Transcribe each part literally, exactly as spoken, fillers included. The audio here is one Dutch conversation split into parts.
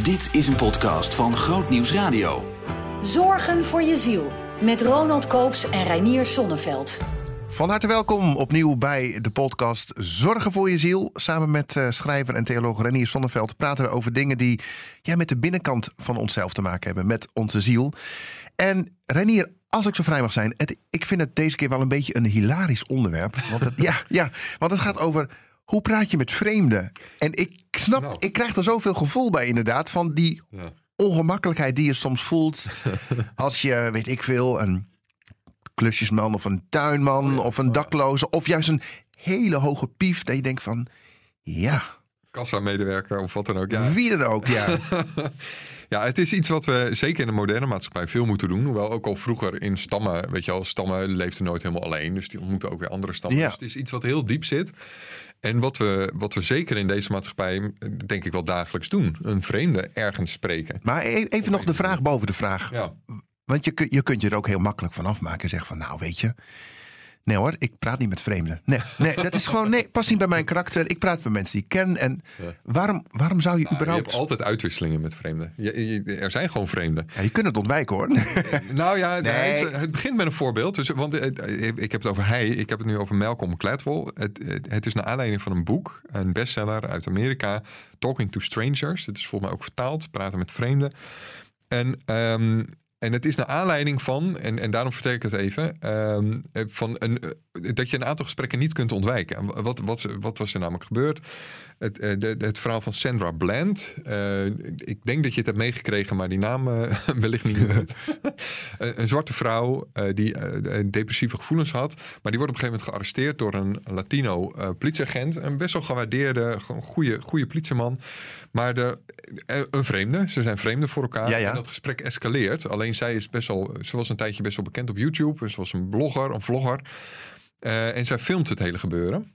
Dit is een podcast van Groot Nieuws Radio. Zorgen voor je ziel. Met Ronald Koops en Reinier Sonneveld. Van harte welkom opnieuw bij de podcast Zorgen voor je ziel. Samen met uh, schrijver en theoloog Reinier Sonneveld praten we over dingen die ja, met de binnenkant van onszelf te maken hebben. Met onze ziel. En Reinier, als ik zo vrij mag zijn, het, ik vind het deze keer wel een beetje een hilarisch onderwerp. Want het, ja, ja, want het gaat over hoe praat je met vreemden. En ik snap, nou. ik krijg er zoveel gevoel bij inderdaad van die ja. ongemakkelijkheid die je soms voelt. Als je, weet ik veel, een klusjesman of een tuinman of een dakloze of juist een hele hoge pief dat je denkt van, ja. Kassamedewerker of wat dan ook. Ja. Wie dan ook, ja. Ja, het is iets wat we zeker in de moderne maatschappij veel moeten doen. Hoewel ook al vroeger in stammen, weet je wel, stammen leefden nooit helemaal alleen. Dus die ontmoeten ook weer andere stammen. Ja. Dus het is iets wat heel diep zit. En wat we, wat we zeker in deze maatschappij, denk ik wel dagelijks doen. Een vreemde ergens spreken. Maar even nog de vraag boven de vraag. Ja. Want je, je kunt je er ook heel makkelijk van afmaken en zeggen van, nou weet je, nee hoor, ik praat niet met vreemden. Nee, nee, dat is gewoon, nee, past niet bij mijn karakter. Ik praat met mensen die ik ken. En ja. waarom, waarom zou je nou, überhaupt... Je hebt altijd uitwisselingen met vreemden. Je, je, er zijn gewoon vreemden. Ja, je kunt het ontwijken hoor. Nou ja, nee. het, het begint met een voorbeeld. Dus, want ik heb het over hij, ik heb het nu over Malcolm Gladwell. Het, het is naar aanleiding van een boek, een bestseller uit Amerika, Talking to Strangers. Het is volgens mij ook vertaald, praten met vreemden. En... Um, En het is naar aanleiding van, en, en daarom vertel ik het even, um, van een, dat je een aantal gesprekken niet kunt ontwijken. Wat, wat, wat was er namelijk gebeurd? Het, de, het verhaal van Sandra Bland. Uh, ik denk dat je het hebt meegekregen, maar die naam uh, wellicht niet. Een zwarte vrouw uh, die uh, depressieve gevoelens had. Maar die wordt op een gegeven moment gearresteerd door een Latino uh, politieagent. Een best wel gewaardeerde, goede, goede politieman. Maar de, een vreemde. Ze zijn vreemden voor elkaar. Ja, ja. En dat gesprek escaleert. Alleen zij is best wel, ze was een tijdje best wel bekend op YouTube. Ze was een blogger, een vlogger. Uh, en zij filmt het hele gebeuren.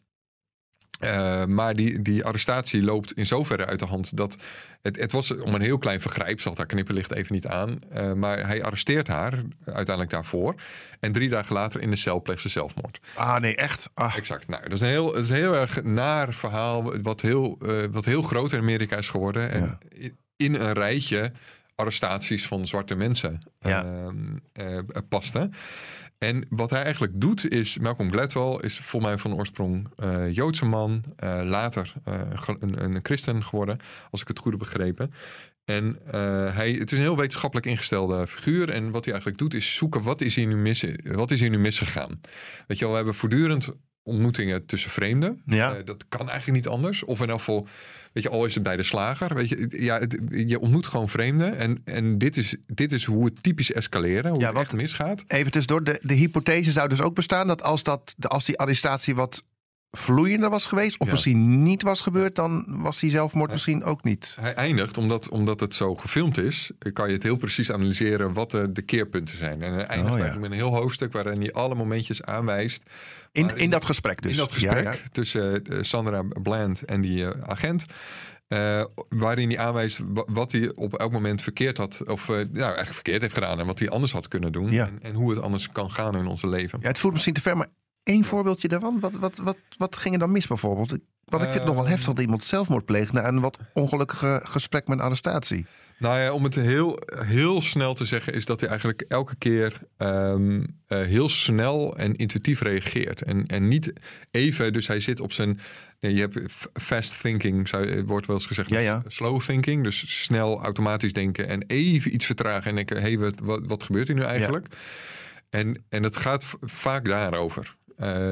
Uh, maar die, die arrestatie loopt in zoverre uit de hand dat het, het was om een heel klein vergrijp. Ze had haar knipperlicht even niet aan. Uh, maar hij arresteert haar uiteindelijk daarvoor. En drie dagen later in de cel pleegt ze zelfmoord. Ah nee, echt? Ah. Exact. Nou, dat is een heel, dat is een heel erg naar verhaal. Wat heel, uh, wat heel groot in Amerika is geworden. En ja. in, in een rijtje arrestaties van zwarte mensen ja. uh, uh, paste. En wat hij eigenlijk doet is, Malcolm Gladwell is volgens mij van oorsprong uh, Joodse man. Uh, later uh, een, een christen geworden, als ik het goed heb begrepen. En uh, hij, het is een heel wetenschappelijk ingestelde figuur. En wat hij eigenlijk doet is zoeken, wat is hier nu, mis, wat is hier nu misgegaan? Weet je wel, we hebben voortdurend ontmoetingen tussen vreemden. Ja. Uh, dat kan eigenlijk niet anders. Of in elk geval, weet je, al is het bij de slager. Weet je, ja, het, je ontmoet gewoon vreemden. En, en dit, is, dit is hoe het typisch escaleren, hoe ja, het echt misgaat. Even tussendoor, de, de hypothese zou dus ook bestaan dat als, dat als die arrestatie wat vloeiender was geweest, of ja. misschien niet was gebeurd, dan was die zelfmoord ja. misschien ook niet. Hij eindigt, omdat, omdat het zo gefilmd is, kan je het heel precies analyseren wat de, de keerpunten zijn. En hij eindigt oh, ja. met een heel hoofdstuk waarin hij alle momentjes aanwijst. In, in dat gesprek dus? In dat gesprek ja, ja. tussen uh, Sandra Bland en die uh, agent. Uh, waarin hij aanwijst wat hij op elk moment verkeerd had, of uh, nou, eigenlijk verkeerd heeft gedaan en wat hij anders had kunnen doen. Ja. En, en hoe het anders kan gaan in onze leven. Ja, het voert misschien te ver, maar één voorbeeldje daarvan. Wat, wat, wat, wat ging er dan mis bijvoorbeeld? Want ik vind het uh, nog wel heftig dat iemand zelfmoord pleegt na een wat ongelukkige gesprek met een arrestatie. Nou ja, om het heel, heel snel te zeggen is dat hij eigenlijk elke keer um, uh, heel snel en intuïtief reageert. En, en niet even, dus hij zit op zijn... Nee, je hebt fast thinking, zou, wordt wel eens gezegd. Ja, ja. Slow thinking, dus snel automatisch denken en even iets vertragen en denken, hé, hey, wat, wat gebeurt hier nu eigenlijk? Ja. En, en het gaat v- vaak daarover. Uh,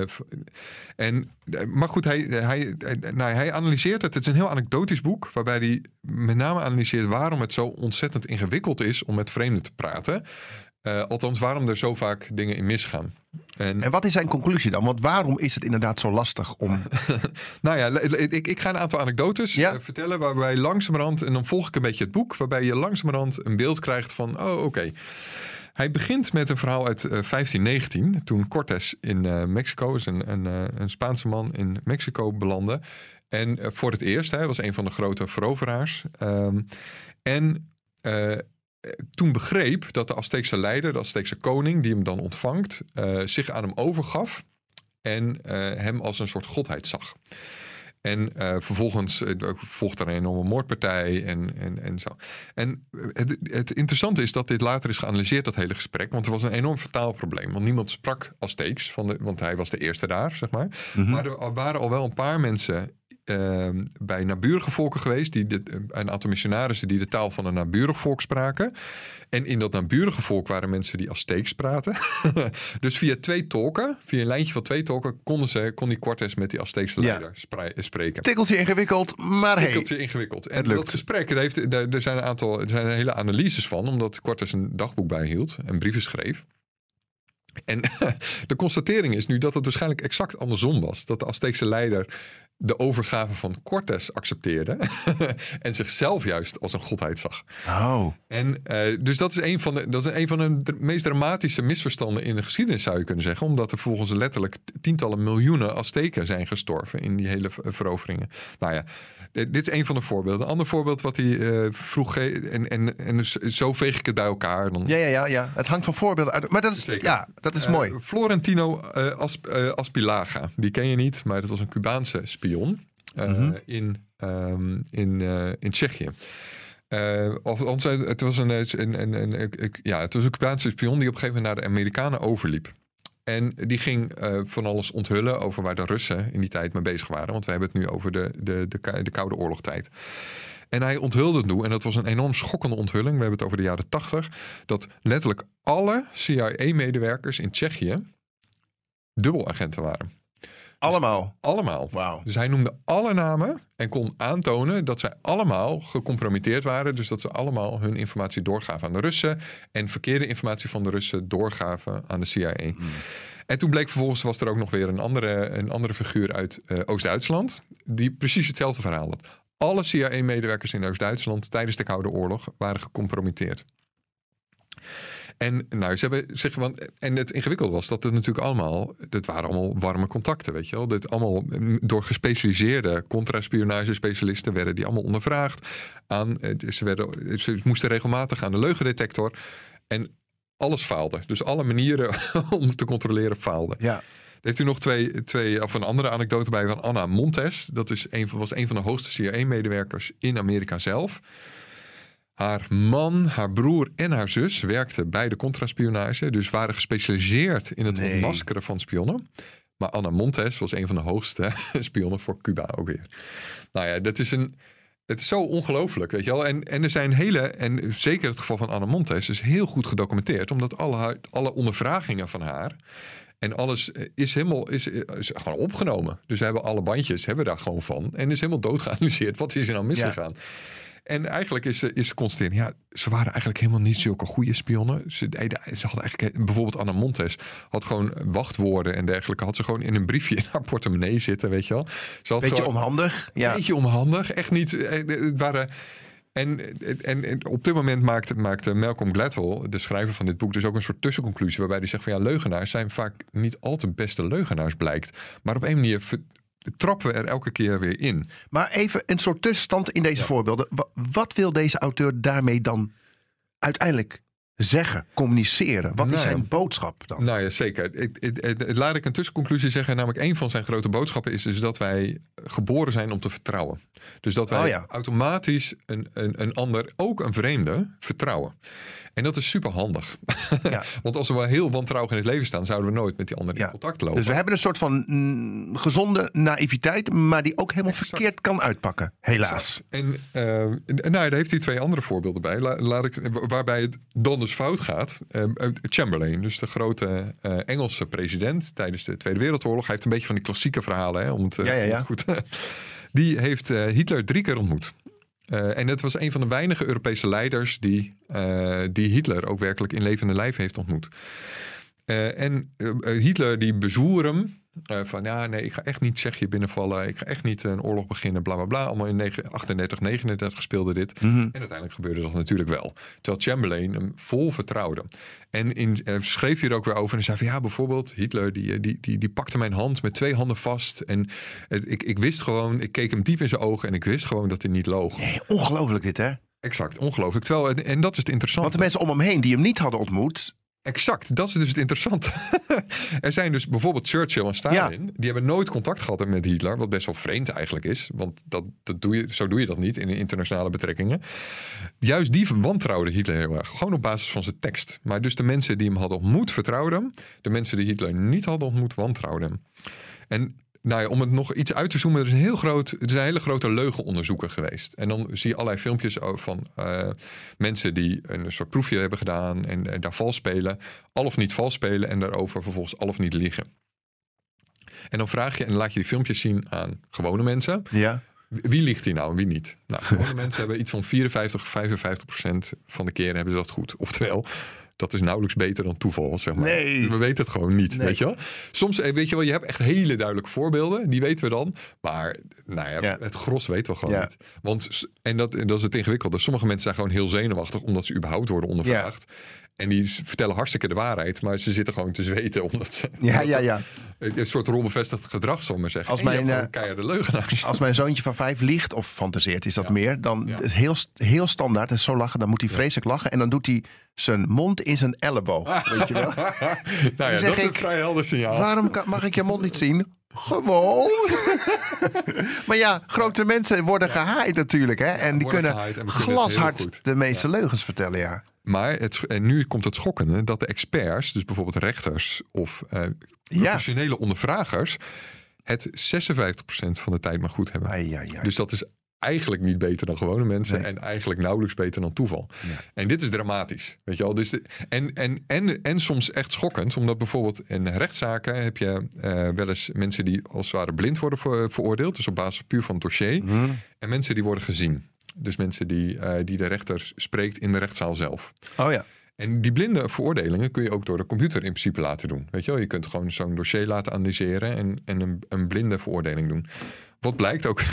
en, maar goed, hij, hij, nou, hij analyseert het. Het is een heel anekdotisch boek, waarbij hij met name analyseert waarom het zo ontzettend ingewikkeld is om met vreemden te praten. Uh, althans, waarom er zo vaak dingen in misgaan. En, en wat is zijn conclusie dan? Want waarom is het inderdaad zo lastig om... nou ja, ik, ik ga een aantal anekdotes ja. uh, vertellen waarbij langzamerhand, en dan volg ik een beetje het boek, waarbij je langzamerhand een beeld krijgt van, oh oké. Okay. Hij begint met een verhaal uit uh, vijftien negentien, toen Cortés in uh, Mexico, is een, een, uh, een Spaanse man in Mexico, belandde. En uh, voor het eerst, hij was een van de grote veroveraars. Um, en uh, toen begreep dat de Azteekse leider, de Azteekse koning, die hem dan ontvangt, uh, zich aan hem overgaf en uh, hem als een soort godheid zag. En uh, vervolgens uh, volgt er een enorme moordpartij en, en, en zo. En het, het interessante is dat dit later is geanalyseerd, dat hele gesprek. Want er was een enorm vertaalprobleem. Want niemand sprak Azteeks, van de, want hij was de eerste daar, zeg maar. Mm-hmm. Maar er waren al wel een paar mensen uh, bij naburige volken geweest. Die de, een aantal missionarissen die de taal van een naburig volk spraken. En in dat naburige volk waren mensen die Azteeks praten. Dus via twee tolken, via een lijntje van twee tolken, konden ze, kon die Cortés met die Azteekse leider ja. spre- spreken. Tikkeltje ingewikkeld, maar hey. Tikkeltje ingewikkeld. En dat gesprek, er, heeft, er, er zijn een aantal, er zijn hele analyses van, omdat Cortés een dagboek bijhield en brieven schreef. En de constatering is nu dat het waarschijnlijk exact andersom was. Dat de Azteekse leider de overgave van Cortés accepteerde en zichzelf juist als een godheid zag. Oh. En uh, dus dat is een van de, dat is een van de meest dramatische misverstanden in de geschiedenis, zou je kunnen zeggen. Omdat er volgens letterlijk tientallen miljoenen Azteken zijn gestorven in die hele veroveringen. Nou ja, dit is een van de voorbeelden. Een ander voorbeeld wat hij uh, vroeg, en, en, en dus, zo veeg ik het bij elkaar. Dan... Ja, ja, ja, ja, het hangt van voorbeelden uit. Maar dat is, ja, dat is uh, mooi. Florentino uh, Asp, uh, Aspilaga, die ken je niet, maar dat was een Cubaanse spion uh, mm-hmm. in, um, in, uh, in Tsjechië. Uh, of, het was een, een, een, een, een, ja, het was een Cubaanse spion die op een gegeven moment naar de Amerikanen overliep. En die ging uh, van alles onthullen over waar de Russen in die tijd mee bezig waren. Want we hebben het nu over de, de, de, de Koude Oorlogstijd. En hij onthulde het nu, en dat was een enorm schokkende onthulling. We hebben het over de jaren tachtig. Dat letterlijk alle C I A-medewerkers in Tsjechië dubbelagenten waren. Allemaal? Dus allemaal. Wow. Dus hij noemde alle namen en kon aantonen dat zij allemaal gecompromitteerd waren. Dus dat ze allemaal hun informatie doorgaven aan de Russen. En verkeerde informatie van de Russen doorgaven aan de C I A. Hmm. En toen bleek vervolgens, was er ook nog weer een andere, een andere figuur uit uh, Oost-Duitsland. Die precies hetzelfde verhaal had. Alle C I A-medewerkers in Oost-Duitsland tijdens de Koude Oorlog waren gecompromitteerd. En nou, ze hebben zich, want, en het ingewikkeld was dat het natuurlijk allemaal, dat waren allemaal warme contacten, weet je wel. Dat allemaal door gespecialiseerde contra-spionage-specialisten werden die allemaal ondervraagd. Aan, ze, werden, ze moesten regelmatig aan de leugendetector en alles faalde. Dus alle manieren om te controleren faalden. Ja. Heeft u nog twee, twee of een andere anekdote bij van Anna Montes. Dat is een, was een van de hoogste C I A-medewerkers in Amerika zelf. Haar man, haar broer en haar zus werkten bij de contraspionage. Dus waren gespecialiseerd in het nee. ontmaskeren van spionnen. Maar Anna Montes was een van de hoogste spionnen voor Cuba ook weer. Nou ja, dat is een... Het is zo ongelooflijk, weet je wel. En, en er zijn hele, en zeker het geval van Anna Montes, is heel goed gedocumenteerd. Omdat alle, alle ondervragingen van haar en alles is helemaal is, is gewoon opgenomen. Dus we hebben alle bandjes, hebben we daar gewoon van. En is helemaal doodgeanalyseerd. Wat is er nou misgegaan? Ja. En eigenlijk is, is ze constateren, ja, ze waren eigenlijk helemaal niet zulke goede spionnen. Ze, ze hadden eigenlijk, bijvoorbeeld Anna Montes had gewoon wachtwoorden en dergelijke. Had ze gewoon in een briefje in haar portemonnee zitten, weet je wel. Ze had beetje gewoon, onhandig. Ja. Beetje onhandig, echt niet. Het waren... En, en, en op dit moment maakt, maakt Malcolm Gladwell, de schrijver van dit boek, dus ook een soort tussenconclusie waarbij hij zegt van ja, leugenaars zijn vaak niet al te beste leugenaars, blijkt. Maar op een manier trappen we er elke keer weer in. Maar even een soort tussenstand in deze ja. voorbeelden. Wat wil deze auteur daarmee dan uiteindelijk zeggen, communiceren? Wat nou, is zijn boodschap dan? Nou ja, zeker. Het, het, het, het, laat ik een tussenconclusie zeggen. Namelijk een van zijn grote boodschappen is dus dat wij geboren zijn om te vertrouwen. Dus dat wij oh ja. automatisch een, een, een ander, ook een vreemde, vertrouwen. En dat is super handig. Ja. Want als we wel heel wantrouwig in het leven staan, zouden we nooit met die ander in ja. contact lopen. Dus we hebben een soort van mm, gezonde naïviteit, maar die ook helemaal exact. verkeerd kan uitpakken. Helaas. Exact. En uh, nou, daar heeft hij twee andere voorbeelden bij. La, laat ik, waarbij het dan dus fout gaat. Uh, Chamberlain, dus de grote uh, Engelse president tijdens de Tweede Wereldoorlog. Hij heeft een beetje van die klassieke verhalen. Hè, om het, uh, ja, ja, ja. goed. Die heeft uh, Hitler drie keer ontmoet. Uh, en het was een van de weinige Europese leiders die, uh, die Hitler ook werkelijk in levende lijf heeft ontmoet. Uh, en uh, Hitler die bezwoer hem uh, van ja, nee, ik ga echt niet Tsjechië binnenvallen. Ik ga echt niet een oorlog beginnen, bla bla bla. Allemaal in achtendertig, negenendertig speelde dit. Mm-hmm. En uiteindelijk gebeurde dat natuurlijk wel. Terwijl Chamberlain hem vol vertrouwde. En in, uh, schreef hij er ook weer over en zei van ja, bijvoorbeeld Hitler, die, die, die, die pakte mijn hand met twee handen vast. En het, ik, ik wist gewoon, ik keek hem diep in zijn ogen en ik wist gewoon dat hij niet loog. Nee, ongelooflijk dit, hè? Exact, ongelooflijk. Terwijl, en dat is het interessante. Want de mensen om hem heen die hem niet hadden ontmoet, Exact, dat is dus het interessante. Er zijn dus bijvoorbeeld Churchill en Stalin... Ja. die hebben nooit contact gehad met Hitler... wat best wel vreemd eigenlijk is. Want dat, dat doe je, zo doe je dat niet in internationale betrekkingen. Juist die wantrouwden Hitler heel erg. Gewoon op basis van zijn tekst. Maar dus de mensen die hem hadden ontmoet vertrouwden hem. De mensen die Hitler niet hadden ontmoet wantrouwden hem. En... Nou ja, om het nog iets uit te zoomen, er is een heel groot, er zijn hele grote leugenonderzoeken geweest. En dan zie je allerlei filmpjes van uh, mensen die een soort proefje hebben gedaan en, en daar vals spelen, al of niet vals spelen en daarover vervolgens al of niet liegen. En dan vraag je en laat je die filmpjes zien aan gewone mensen. Ja. Wie liegt hier nou en wie niet? Nou, gewone mensen hebben iets van vierenvijftig, vijfenvijftig procent van de keren hebben ze dat goed. Oftewel, dat is nauwelijks beter dan toeval, zeg maar. Nee. We weten het gewoon niet, Nee. weet je wel? Soms, weet je wel, je hebt echt hele duidelijke voorbeelden. Die weten we dan. Maar nou ja, Ja. het gros weten we gewoon Ja. niet. Want, en dat, dat is het ingewikkelde. Sommige mensen zijn gewoon heel zenuwachtig... omdat ze überhaupt worden ondervraagd. En die vertellen hartstikke de waarheid... maar ze zitten gewoon te zweten omdat ze... Ja, omdat ja, ze ja. een soort rolbevestigd gedrag, zal ik maar zeggen. Als En je mijn, hebt gewoon eh, keiharde leugenaars. Als mijn zoontje van vijf liegt of fantaseert, is dat Ja. meer. Dan Ja. is heel, heel standaard. En zo lachen, dan moet hij vreselijk lachen. En dan doet hij zijn mond in zijn elleboog. Weet je wel? nou ja, zeg dat is een ik, vrij helder signaal. Waarom kan- mag ik je mond niet zien? Gewoon. Maar ja, grote mensen worden gehaaid natuurlijk. Hè? En die worden kunnen gehaaid en we kunnen het heel glashard goed. de meeste leugens vertellen. Ja. Maar het, en nu komt het schokkende dat de experts, dus bijvoorbeeld rechters of uh, professionele ondervragers, het zesenvijftig procent van de tijd maar goed hebben. Ai, ai, ai. Dus dat is eigenlijk niet beter dan gewone mensen Nee. en eigenlijk nauwelijks beter dan toeval. Ja. En dit is dramatisch, weet je wel. Dus de, en, en, en, en soms echt schokkend, omdat bijvoorbeeld in rechtszaken heb je uh, wel eens mensen die als het ware blind worden ver, veroordeeld, dus op basis puur van het dossier, Hmm. en mensen die worden gezien. Dus mensen die, uh, die de rechter spreekt in de rechtszaal zelf. Oh ja. En die blinde veroordelingen kun je ook door de computer in principe laten doen. Weet je wel, je kunt gewoon zo'n dossier laten analyseren en, en een, een blinde veroordeling doen. Wat blijkt ook,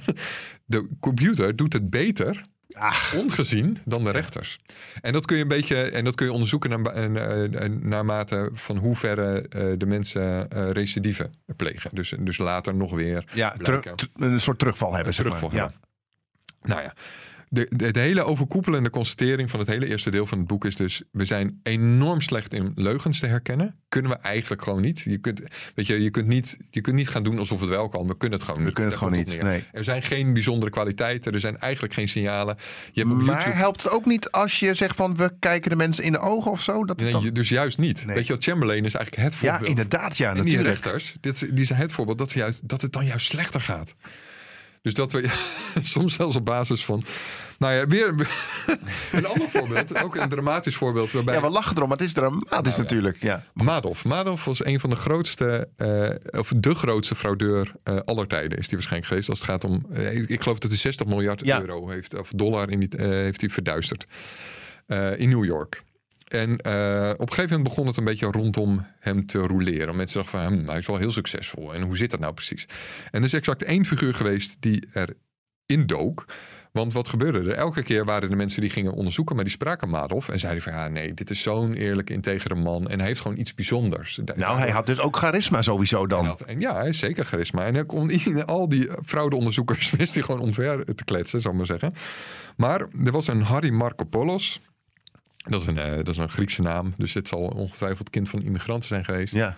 de computer doet het beter, Ach. ongezien, dan de rechters. En dat kun je een beetje, en dat kun je onderzoeken naar, naar, naarmate van hoe verre uh, de mensen uh, recidive plegen. Dus, dus later nog weer Ja, blijken. terug, t- een soort terugval hebben. Een zeg terugval maar. hebben. Nou ja, de, de, de hele overkoepelende constatering van het hele eerste deel van het boek is dus, we zijn enorm slecht in leugens te herkennen. Kunnen we eigenlijk gewoon niet. Je kunt, weet je, je kunt niet, je kunt niet gaan doen alsof het wel kan. We kunnen het gewoon We niet. kunnen het Daar gewoon komt niet. het neer. Nee. Er zijn geen bijzondere kwaliteiten. Er zijn eigenlijk geen signalen. Je hebt op Maar YouTube... helpt het ook niet als je zegt van we kijken de mensen in de ogen of zo? Dat het Nee, dan... je- dus juist niet. Nee. Weet je wel, Chamberlain is eigenlijk het Ja, voorbeeld. inderdaad. Ja, En die natuurlijk. rechters, dit, die zijn het voorbeeld dat, ze juist, dat het dan juist slechter gaat. Dus dat we soms zelfs op basis van... Nou ja, weer een ander voorbeeld. Ook een dramatisch voorbeeld. Waarbij Ja, we lachen erom, maar het is dramatisch Nou ja. natuurlijk. Ja. Madoff. Madoff was een van de grootste, uh, of de grootste fraudeur uh, aller tijden is die waarschijnlijk geweest. Als het gaat om, uh, ik, ik geloof dat hij zestig miljard Ja. euro heeft, of dollar in die, uh, heeft hij verduisterd. Uh, in New York. En uh, op een gegeven moment begon het een beetje rondom hem te roleren. Mensen dachten van, hm, hij is wel heel succesvol. En hoe zit dat nou precies? En er is exact één figuur geweest die erin dook. Want wat gebeurde er? Elke keer waren er mensen die gingen onderzoeken, maar die spraken Madoff en zeiden van, ja nee, dit is zo'n eerlijke, integere man. En hij heeft gewoon iets bijzonders. Nou, hij had dus ook charisma sowieso dan. En had- en ja, hij is zeker charisma. En hij kon al die fraudeonderzoekers wist hij gewoon omver te kletsen, zou ik maar zeggen. Maar er was een Harry Markopoulos. Dat is een, uh, dat is een Griekse naam. Dus dit zal ongetwijfeld kind van immigranten zijn geweest. Ja.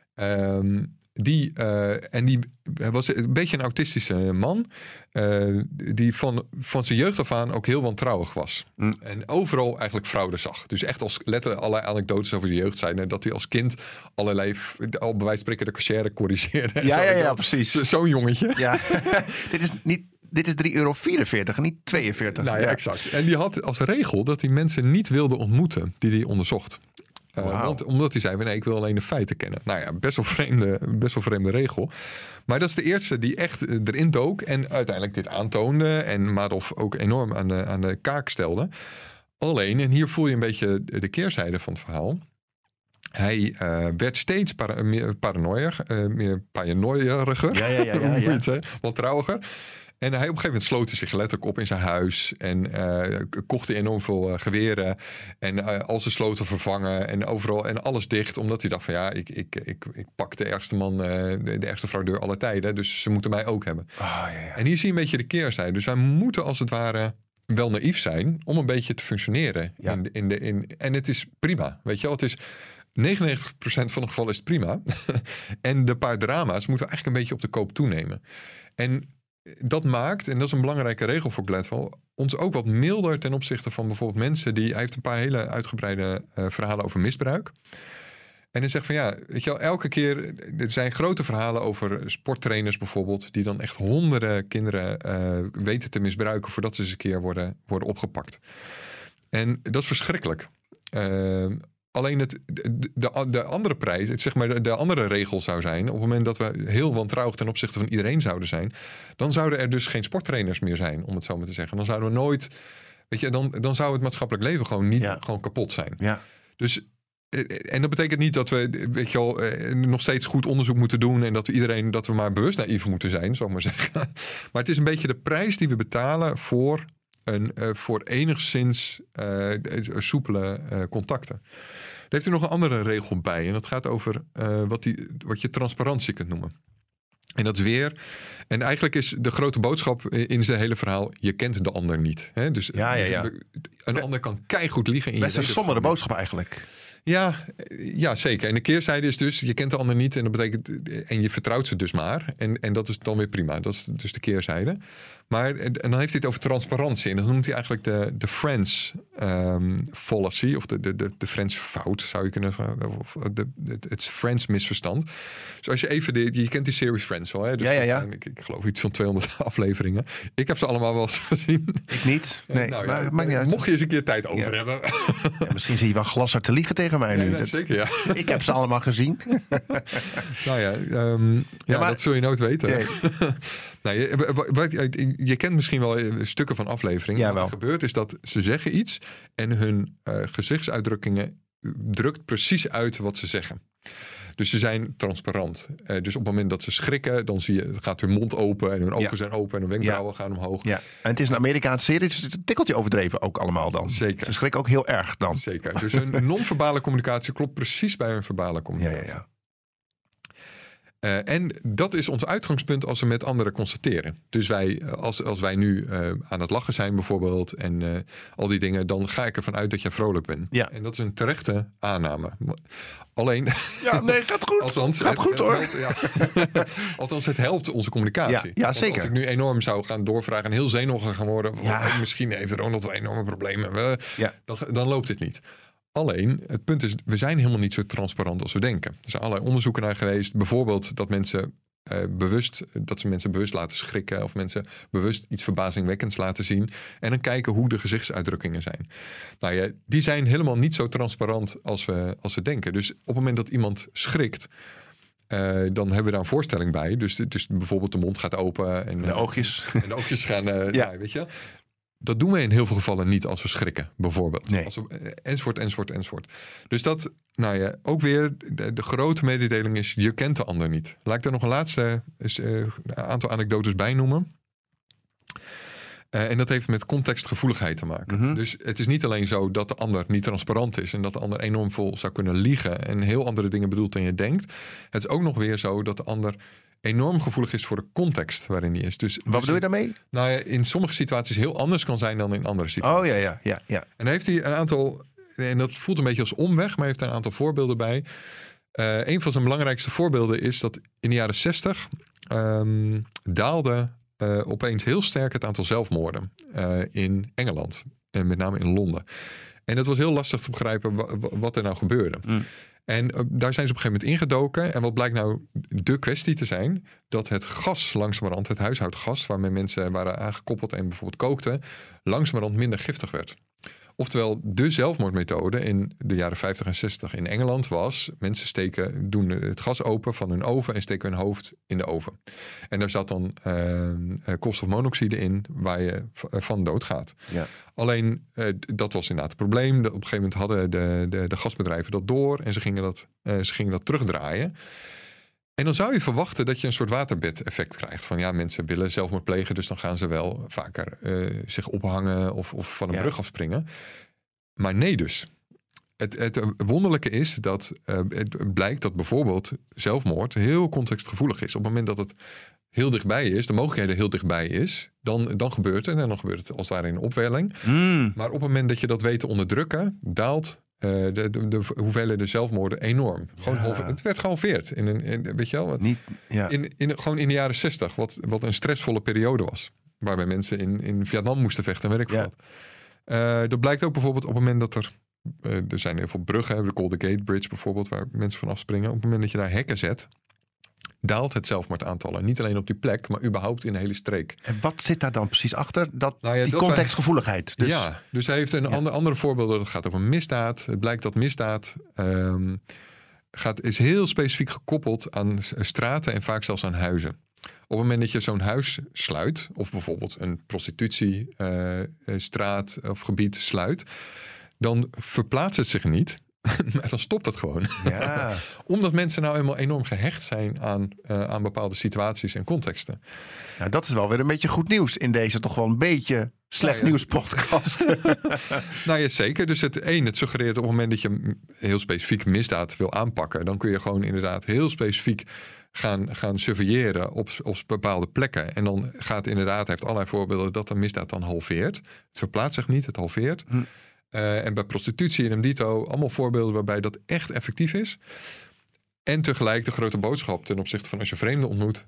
Um, die, uh, en die was een beetje een autistische man. Uh, die van, van zijn jeugd af aan ook heel wantrouwig was. Mm. En overal eigenlijk fraude zag. Dus echt als letterlijk allerlei anekdotes over zijn jeugd zijn. Dat hij als kind allerlei, al bij wijze van spreken de cashier corrigeerde. en Ja, zo. ja, ja, precies. Zo- Zo'n jongetje. Ja. Dit is niet. Dit is drie euro vierenveertig en niet tweeënveertig. Nou ja, exact. En die had als regel dat hij mensen niet wilde ontmoeten die hij onderzocht. Uh, Wauw. want, omdat hij zei, nee, ik wil alleen de feiten kennen. Nou ja, best wel vreemde, best wel vreemde regel. Maar dat is de eerste die echt uh, erin dook en uiteindelijk dit aantoonde en Madoff ook enorm aan de, aan de kaak stelde. Alleen, en hier voel je een beetje de keerzijde van het verhaal. Hij uh, werd steeds para, meer paranoier, uh, meer paranoieriger, Ja, ja, ja, ja, hoe moet je ja. het zeggen, wantrouwiger. En hij op een gegeven moment sloot hij zich letterlijk op in zijn huis. En uh, kocht hij enorm veel uh, geweren. En uh, al zijn sloten vervangen. En overal en alles dicht. Omdat hij dacht van ja, ik, ik, ik, ik pak de ergste man, uh, de, de ergste fraudeur aller tijden. Dus ze moeten mij ook hebben. Oh, ja, ja. En hier zie je een beetje de keerzijde. Dus wij moeten als het ware wel naïef zijn om een beetje te functioneren. Ja. In de, in de, in, en het is prima, weet je wel. Het is negenennegentig procent van de gevallen is het prima. En de paar drama's moeten we eigenlijk een beetje op de koop toenemen. En dat maakt, en dat is een belangrijke regel voor Gladwell, ons ook wat milder ten opzichte van bijvoorbeeld mensen die... Hij heeft een paar hele uitgebreide uh, verhalen over misbruik. En hij zegt van ja, weet je wel, elke keer... Er zijn grote verhalen over sporttrainers bijvoorbeeld... die dan echt honderden kinderen uh, weten te misbruiken... voordat ze eens een keer worden, worden opgepakt. En dat is verschrikkelijk. Uh, alleen het, de, de, de andere prijs, het, zeg maar de, de andere regel zou zijn... op het moment dat we heel wantrouwig ten opzichte van iedereen zouden zijn... dan zouden er dus geen sporttrainers meer zijn, om het zo maar te zeggen. Dan zouden we nooit... Weet je, dan, dan zou het maatschappelijk leven gewoon niet Ja. gewoon kapot zijn. Ja. Dus... En dat betekent niet dat we, weet je wel, nog steeds goed onderzoek moeten doen... en dat we iedereen, dat we maar bewust naïef moeten zijn, zou ik maar zeggen. Maar het is een beetje de prijs die we betalen voor, een, uh, voor enigszins uh, soepele uh, contacten. Daar heeft u nog een andere regel bij. En dat gaat over uh, wat, die, wat je transparantie kunt noemen. En dat is weer... En eigenlijk is de grote boodschap in zijn hele verhaal... je kent de ander niet. Hè? Dus, Ja, ja, ja. dus een ander kan keigoed liegen. En Best je een weet het sombere gewoon niet. boodschap eigenlijk. Ja, ja, zeker. En de keerzijde is dus, je kent de ander niet en dat betekent, en je vertrouwt ze dus maar. En, en dat is dan weer prima. Dat is dus de keerzijde. Maar, en dan heeft hij het over transparantie. En dat noemt hij eigenlijk de, de Friends um, fallacy, of de, de, de, de Friends fout, zou je kunnen zeggen. Of de, de, het Friends misverstand. Dus als je even, de, je kent die series Friends wel, hè? Dus ja, ja, ja. Zijn, ik, ik geloof iets van tweehonderd afleveringen. Ik heb ze allemaal wel eens gezien. Ik niet. Nee, nou, maar ja, maakt niet uit. mocht je eens een keer tijd over Ja. hebben. Ja, misschien zie je wel glashard te liegen tegen mij nu. Nee, nee, Dat- zeker, ja. Ik heb ze allemaal gezien. Nou ja, um, ja, Ja, maar- dat zul je nooit weten. Nee. nou, je, wat- wat- je kent misschien wel stukken van afleveringen. Ja, Wat wel. er gebeurt is dat ze zeggen iets en hun uh, gezichtsuitdrukkingen drukt precies uit wat ze zeggen. Dus ze zijn transparant. Uh, dus op het moment dat ze schrikken, dan zie je, gaat hun mond open en hun ogen Ja. zijn open en hun wenkbrauwen gaan omhoog. Ja. En het is een Amerikaanse serie, dus het is een tikkeltje overdreven ook allemaal dan. Zeker. Ze schrikken ook heel erg dan. Zeker. Dus hun non-verbale communicatie klopt precies bij hun verbale Ja, communicatie. ja, ja. Uh, en dat is ons uitgangspunt als we met anderen constateren. Dus wij, als, als wij nu uh, aan het lachen zijn bijvoorbeeld en uh, al die dingen, dan ga ik ervan uit dat jij vrolijk bent. Ja. En dat is een terechte aanname. Alleen, Ja, nee, gaat goed. althans, gaat het, goed het hoor. helpt, ja. althans, het helpt onze communicatie. Ja, ja, Want zeker. Als ik nu enorm zou gaan doorvragen en heel zenuwachtig gaan worden, Ja. oh, misschien heeft Ronald wel enorme problemen hebben, Ja. dan, dan loopt het niet. Alleen, het punt is, we zijn helemaal niet zo transparant als we denken. Er zijn allerlei onderzoeken naar geweest. Bijvoorbeeld dat mensen uh, bewust, dat ze mensen bewust laten schrikken, of mensen bewust iets verbazingwekkends laten zien. En dan kijken hoe de gezichtsuitdrukkingen zijn. Nou ja, die zijn helemaal niet zo transparant als we, als we denken. Dus op het moment dat iemand schrikt, Uh, dan hebben we daar een voorstelling bij. Dus, dus bijvoorbeeld de mond gaat open. En De oogjes. En de oogjes gaan, uh, Ja. ja, weet je. Dat doen we in heel veel gevallen niet als we schrikken, bijvoorbeeld. Nee. Als we, enzovoort, enzovoort, enzovoort. Dus dat, nou ja, ook weer de, de grote mededeling is, je kent de ander niet. Laat ik er nog een laatste uh, aantal anekdotes bij noemen. Uh, en dat heeft met contextgevoeligheid te maken. Mm-hmm. Dus het is niet alleen zo dat de ander niet transparant is en dat de ander enorm vol zou kunnen liegen en heel andere dingen bedoelt dan je denkt. Het is ook nog weer zo dat de ander enorm gevoelig is voor de context waarin hij is. Dus, Wat dus bedoel je daarmee? Nou ja, in sommige situaties heel anders kan zijn dan in andere situaties. Oh ja, ja, ja. ja. En dan heeft hij een aantal, en dat voelt een beetje als omweg, maar hij heeft er een aantal voorbeelden bij. Uh, een van zijn belangrijkste voorbeelden is dat in de jaren zestig um, daalde uh, opeens heel sterk het aantal zelfmoorden uh, in Engeland. En met name in Londen. En het was heel lastig te begrijpen wa- wa- wat er nou gebeurde. Mm. En uh, daar zijn ze op een gegeven moment ingedoken. En wat blijkt nou de kwestie te zijn? Dat het gas langzamerhand, het huishoudgas waarmee mensen waren aangekoppeld en bijvoorbeeld kookten, langzamerhand minder giftig werd. Oftewel, de zelfmoordmethode in de jaren vijftig en zestig in Engeland was, mensen steken, doen het gas open van hun oven en steken hun hoofd in de oven. En daar zat dan uh, koolstofmonoxide in waar je v- van doodgaat. Ja. Alleen, uh, dat was inderdaad het probleem. Op een gegeven moment hadden de, de, de gasbedrijven dat door en ze gingen dat, uh, ze gingen dat terugdraaien. En dan zou je verwachten dat je een soort waterbed-effect krijgt. Van ja, mensen willen zelfmoord plegen, dus dan gaan ze wel vaker uh, zich ophangen of, of van een Ja. brug afspringen. Maar nee dus. Het, het wonderlijke is dat uh, het blijkt dat bijvoorbeeld zelfmoord heel contextgevoelig is. Op het moment dat het heel dichtbij is, de mogelijkheid heel dichtbij is, dan, dan gebeurt het. En dan gebeurt het als het ware in opwelling. Mm. Maar op het moment dat je dat weet te onderdrukken, daalt uh, de, de, de hoeveelheden zelfmoorden enorm. Gewoon Ja. halve, het werd gehalveerd. In een, in, weet je wel, wat, Niet, ja. in, in, gewoon in de jaren zestig, wat, wat een stressvolle periode was. Waarbij mensen in, in Vietnam moesten vechten en weet ik Ja. wat. Uh, dat blijkt ook bijvoorbeeld op het moment dat er... Uh, er zijn heel veel bruggen, de Golden Gate Bridge bijvoorbeeld, waar mensen van afspringen. Op het moment dat je daar hekken zet, daalt het zelfmoordaantal. En niet alleen op die plek, maar überhaupt in de hele streek. En wat zit daar dan precies achter? Dat, Nou ja, die dat contextgevoeligheid. Dus, Ja, dus hij heeft een Ja. ander, andere voorbeelden. Dat gaat over misdaad. Het blijkt dat misdaad um, gaat, is heel specifiek gekoppeld aan straten en vaak zelfs aan huizen. Op het moment dat je zo'n huis sluit, of bijvoorbeeld een prostitutiestraat uh, of gebied sluit, dan verplaatst het zich niet, maar dan stopt het gewoon. Ja. Omdat mensen nou eenmaal enorm gehecht zijn aan, uh, aan bepaalde situaties en contexten. Nou, dat is wel weer een beetje goed nieuws in deze toch wel een beetje slecht Nou ja. nieuws podcast. Nou ja, zeker. Dus het één, het suggereert op het moment dat je heel specifiek misdaad wil aanpakken, dan kun je gewoon inderdaad heel specifiek gaan, gaan surveilleren op, op bepaalde plekken. En dan gaat inderdaad, hij heeft allerlei voorbeelden dat de misdaad dan halveert. Het verplaatst zich niet, het halveert. Hm. Uh, en bij prostitutie en dito, allemaal voorbeelden waarbij dat echt effectief is. En tegelijk de grote boodschap ten opzichte van als je vreemden ontmoet,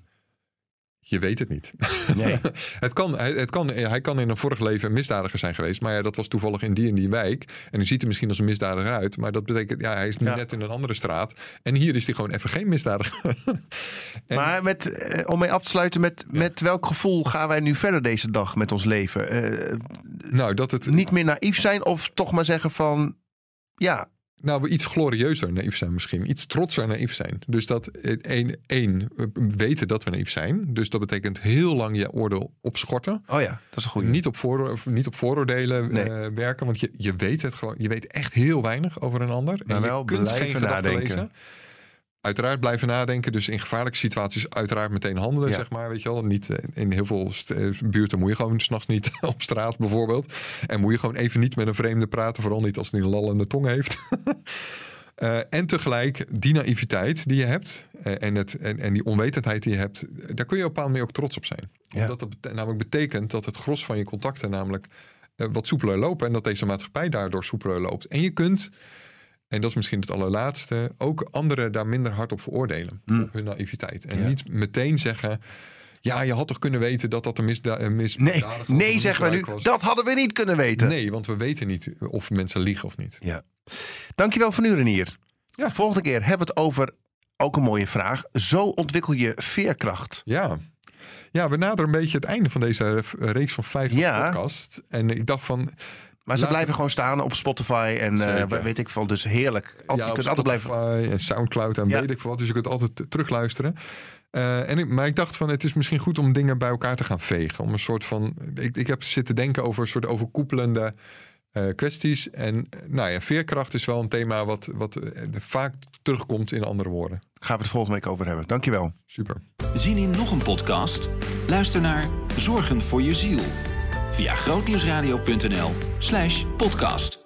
je weet het niet. Nee. het kan, hij, het kan, hij kan in een vorig leven een misdadiger zijn geweest, maar ja, dat was toevallig in die en die wijk. En hij ziet er misschien als een misdadiger uit, maar dat betekent, ja, hij is nu Ja. net in een andere straat. En hier is hij gewoon even geen misdadiger. En- Maar met, eh, om mee af te sluiten, met, Ja. met welk gevoel gaan wij nu verder deze dag met ons leven? Eh, nou, dat het niet meer naïef zijn of toch maar zeggen van, ja, Nou, we iets glorieuzer naïef zijn misschien. Iets trotser naïef zijn. Dus dat één, één weten dat we naïef zijn. Dus dat betekent heel lang je oordeel opschorten. oh ja, dat is een goede. Niet op, vooroor, niet op vooroordelen Nee. uh, werken. Want je, je weet het gewoon. Je weet echt heel weinig over een ander. Maar en je wel kunt blijven geen gedachten nadenken. lezen. Uiteraard blijven nadenken. Dus in gevaarlijke situaties uiteraard meteen handelen, Ja. zeg maar. Weet je wel. Niet, in heel veel st- buurten moet je gewoon 's nachts niet op straat bijvoorbeeld. En moet je gewoon even niet met een vreemde praten. Vooral niet als hij een lallende tong heeft. Uh, en tegelijk die naïviteit die je hebt uh, en, het, en, en die onwetendheid die je hebt, daar kun je op een bepaalde manier ook trots op zijn. Ja. Omdat dat bete- namelijk betekent dat het gros van je contacten namelijk uh, wat soepeler lopen en dat deze maatschappij daardoor soepeler loopt. En je kunt, en dat is misschien het allerlaatste, ook anderen daar minder hard op veroordelen, Mm. op hun naïviteit. En Ja. niet meteen zeggen, ja, je had toch kunnen weten dat dat een misda- een Nee, misdadiger was, nee een zeggen we nu, misbruik was. dat hadden we niet kunnen weten. Nee, want we weten niet of mensen liegen of niet. Ja. Dankjewel voor nu, Renier. Ja. Volgende keer hebben we het over, ook een mooie vraag, zo ontwikkel je veerkracht. Ja. Ja, we naderen een beetje het einde van deze reeks van vijftig Ja. podcast. En ik dacht van... Maar ze Laten- blijven gewoon staan op Spotify en eh, Zeker. weet ik van, dus heerlijk. Altijd, ja, je op kunt altijd blijven. Spotify en Soundcloud en Ja. weet ik veel wat. Dus je kunt altijd terugluisteren. Uh, en ik, maar ik dacht van, het is misschien goed om dingen bij elkaar te gaan vegen. Om een soort van... Ik, ik heb zitten denken over een soort overkoepelende uh, kwesties. En uh, nou ja, veerkracht is wel een thema wat, wat uh, vaak terugkomt in andere woorden. Gaan we het volgende week over hebben. Dankjewel. Super. Zin in nog een podcast? Luister naar Zorgen voor je ziel via grootnieuwsradio punt n l slash podcast.